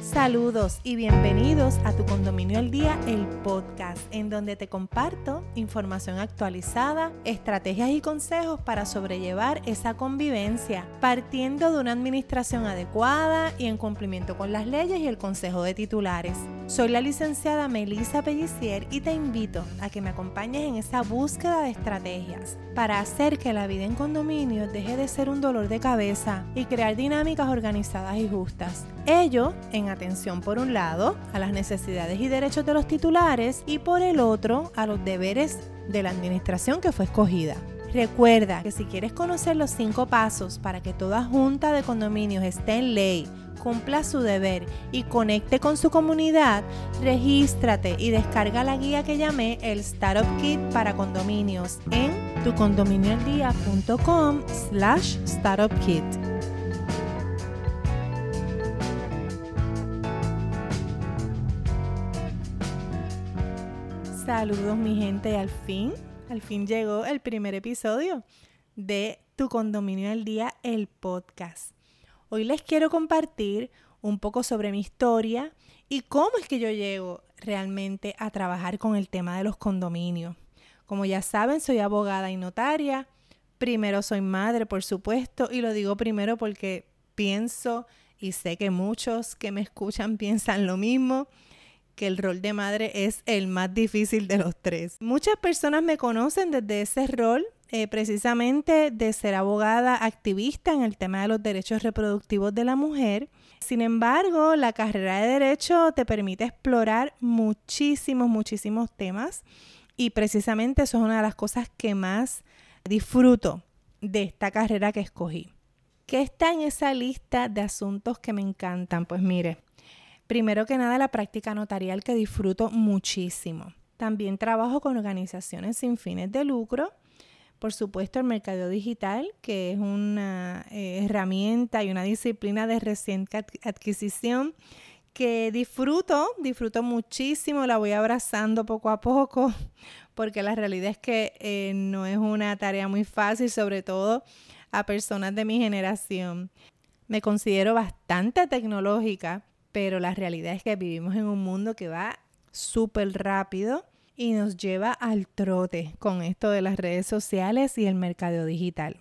Saludos y bienvenidos a Tu Condominio al Día, el podcast, en donde te comparto información actualizada, estrategias y consejos para sobrellevar esa convivencia, partiendo de una administración adecuada y en cumplimiento con las leyes y el consejo de titulares. Soy la licenciada Melissa Pellicier y te invito a que me acompañes en esa búsqueda de estrategias para hacer que la vida en condominio deje de ser un dolor de cabeza y crear dinámicas organizadas y justas. Ello en atención por un lado a las necesidades y derechos de los titulares y por el otro a los deberes de la administración que fue escogida. Recuerda que si quieres conocer los 5 pasos para que toda junta de condominios esté en ley, cumpla su deber y conecte con su comunidad, regístrate y descarga la guía que llamé el Startup Kit para condominios en tucondominioaldia.com/startupkit. Saludos mi gente, al fin llegó el primer episodio de Tu Condominio al Día, el podcast. Hoy les quiero compartir un poco sobre mi historia y cómo es que yo llego realmente a trabajar con el tema de los condominios. Como ya saben, soy abogada y notaria. Primero soy madre, por supuesto, y lo digo primero porque pienso y sé que muchos que me escuchan piensan lo mismo, que el rol de madre es el más difícil de los 3. Muchas personas me conocen desde ese rol, precisamente de ser abogada activista en el tema de los derechos reproductivos de la mujer. Sin embargo, la carrera de Derecho te permite explorar muchísimos temas y precisamente eso es una de las cosas que más disfruto de esta carrera que escogí. ¿Qué está en esa lista de asuntos que me encantan? Pues mire, primero que nada, la práctica notarial que disfruto muchísimo. También trabajo con organizaciones sin fines de lucro. Por supuesto, el mercadeo digital, que es una herramienta y una disciplina de reciente adquisición que disfruto muchísimo, la voy abrazando poco a poco, porque la realidad es que no es una tarea muy fácil, sobre todo a personas de mi generación. Me considero bastante tecnológica, pero la realidad es que vivimos en un mundo que va súper rápido y nos lleva al trote con esto de las redes sociales y el mercadeo digital.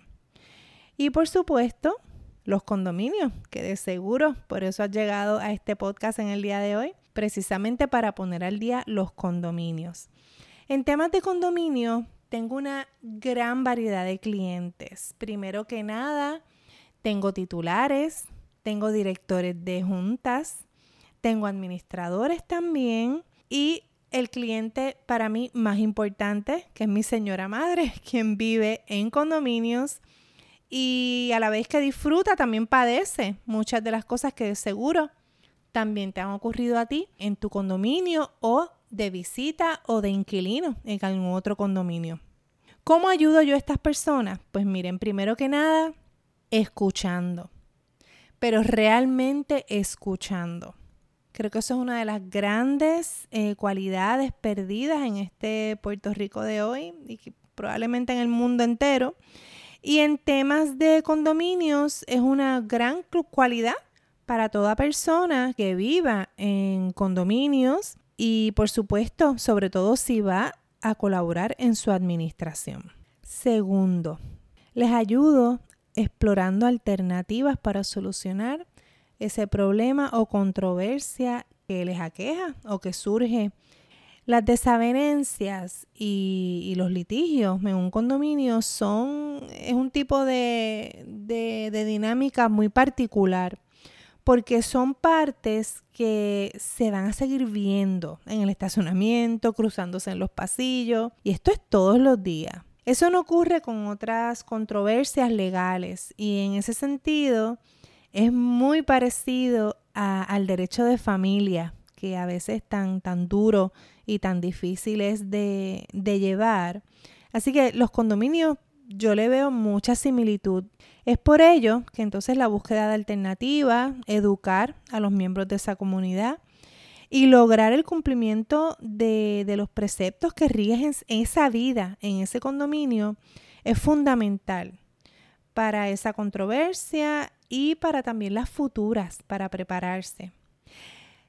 Y por supuesto, los condominios, que de seguro por eso has llegado a este podcast en el día de hoy, precisamente para poner al día los condominios. En temas de condominio, tengo una gran variedad de clientes. Primero que nada, tengo titulares, tengo directores de juntas, tengo administradores también y el cliente para mí más importante, que es mi señora madre, quien vive en condominios y a la vez que disfruta también padece muchas de las cosas que de seguro también te han ocurrido a ti en tu condominio o de visita o de inquilino en algún otro condominio. ¿Cómo ayudo yo a estas personas? Pues miren, primero que nada, escuchando, pero realmente escuchando. Creo que eso es una de las grandes cualidades perdidas en este Puerto Rico de hoy y que probablemente en el mundo entero. Y en temas de condominios es una gran cualidad para toda persona que viva en condominios y por supuesto, sobre todo si va a colaborar en su administración. Segundo, les ayudo explorando alternativas para solucionar ese problema o controversia que les aqueja o que surge. Las desavenencias y los litigios en un condominio es un tipo de dinámica muy particular porque son partes que se van a seguir viendo en el estacionamiento, cruzándose en los pasillos y esto es todos los días. Eso no ocurre con otras controversias legales y en ese sentido es muy parecido al derecho de familia, que a veces es tan duro y tan difícil es de llevar. Así que los condominios yo le veo mucha similitud. Es por ello que entonces la búsqueda de alternativas, educar a los miembros de esa comunidad y lograr el cumplimiento de los preceptos que rigen esa vida en ese condominio es fundamental para esa controversia y para también las futuras, para prepararse.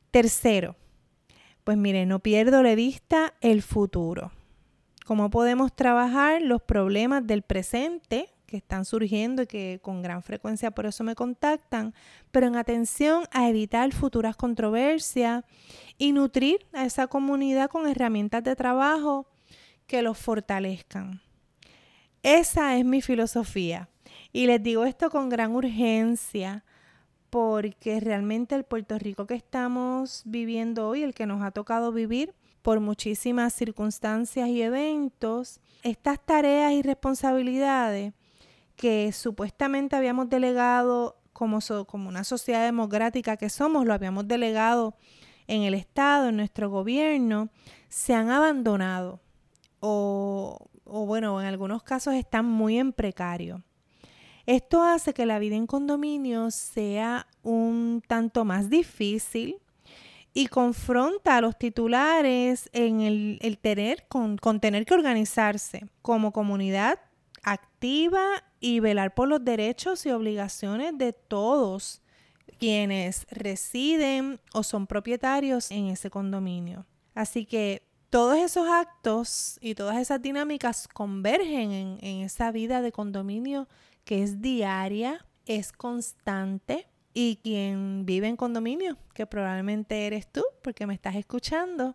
Tercero, pues mire, no pierdo de vista el futuro. Cómo podemos trabajar los problemas del presente que están surgiendo y que con gran frecuencia por eso me contactan, pero en atención a evitar futuras controversias y nutrir a esa comunidad con herramientas de trabajo que los fortalezcan. Esa es mi filosofía y les digo esto con gran urgencia porque realmente el Puerto Rico que estamos viviendo hoy, el que nos ha tocado vivir por muchísimas circunstancias y eventos, estas tareas y responsabilidades que supuestamente habíamos delegado como una sociedad democrática que somos, lo habíamos delegado en el Estado, en nuestro gobierno, se han abandonado o bueno, en algunos casos están muy en precario. Esto hace que la vida en condominio sea un tanto más difícil y confronta a los titulares en el tener que organizarse como comunidad activa y velar por los derechos y obligaciones de todos quienes residen o son propietarios en ese condominio. Así que todos esos actos y todas esas dinámicas convergen en esa vida de condominio que es diaria, es constante y quien vive en condominio, que probablemente eres tú porque me estás escuchando,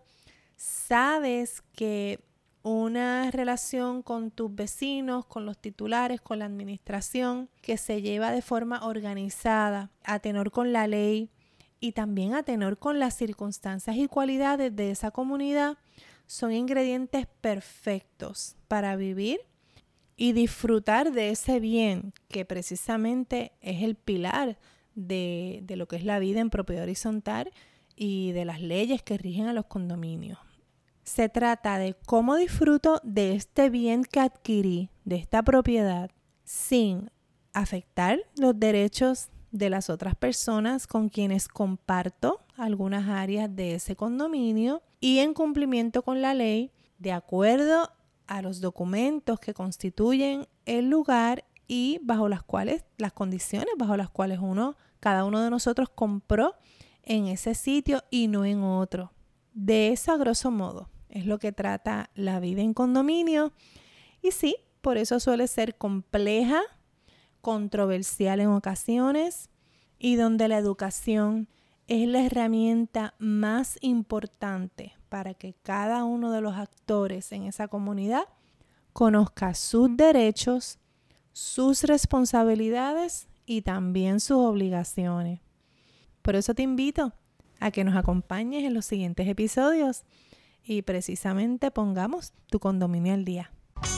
sabes que una relación con tus vecinos, con los titulares, con la administración, que se lleva de forma organizada, a tenor con la ley y también a tenor con las circunstancias y cualidades de esa comunidad, son ingredientes perfectos para vivir y disfrutar de ese bien que precisamente es el pilar de lo que es la vida en propiedad horizontal y de las leyes que rigen a los condominios. Se trata de cómo disfruto de este bien que adquirí, de esta propiedad, sin afectar los derechos de las otras personas con quienes comparto algunas áreas de ese condominio y en cumplimiento con la ley, de acuerdo a los documentos que constituyen el lugar y bajo las condiciones bajo las cuales cada uno de nosotros compró en ese sitio y no en otro. De eso, a grosso modo, es lo que trata la vida en condominio. Y sí, por eso suele ser compleja, controversial en ocasiones y donde la educación es la herramienta más importante para que cada uno de los actores en esa comunidad conozca sus derechos, sus responsabilidades y también sus obligaciones. Por eso te invito a que nos acompañes en los siguientes episodios y precisamente pongamos tu condominio al día.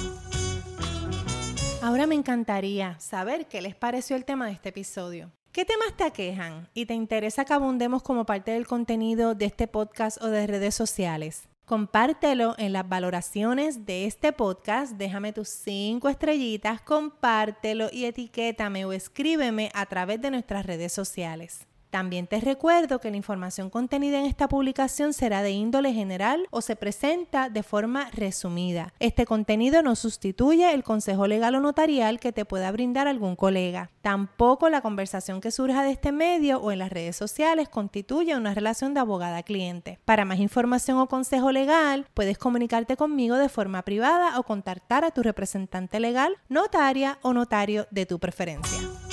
Ahora me encantaría saber qué les pareció el tema de este episodio. ¿Qué temas te aquejan y te interesa que abundemos como parte del contenido de este podcast o de redes sociales? Compártelo en las valoraciones de este podcast, déjame tus 5 estrellitas, compártelo y etiquétame o escríbeme a través de nuestras redes sociales. También te recuerdo que la información contenida en esta publicación será de índole general o se presenta de forma resumida. Este contenido no sustituye el consejo legal o notarial que te pueda brindar algún colega. Tampoco la conversación que surja de este medio o en las redes sociales constituye una relación de abogada-cliente. Para más información o consejo legal, puedes comunicarte conmigo de forma privada o contactar a tu representante legal, notaria o notario de tu preferencia.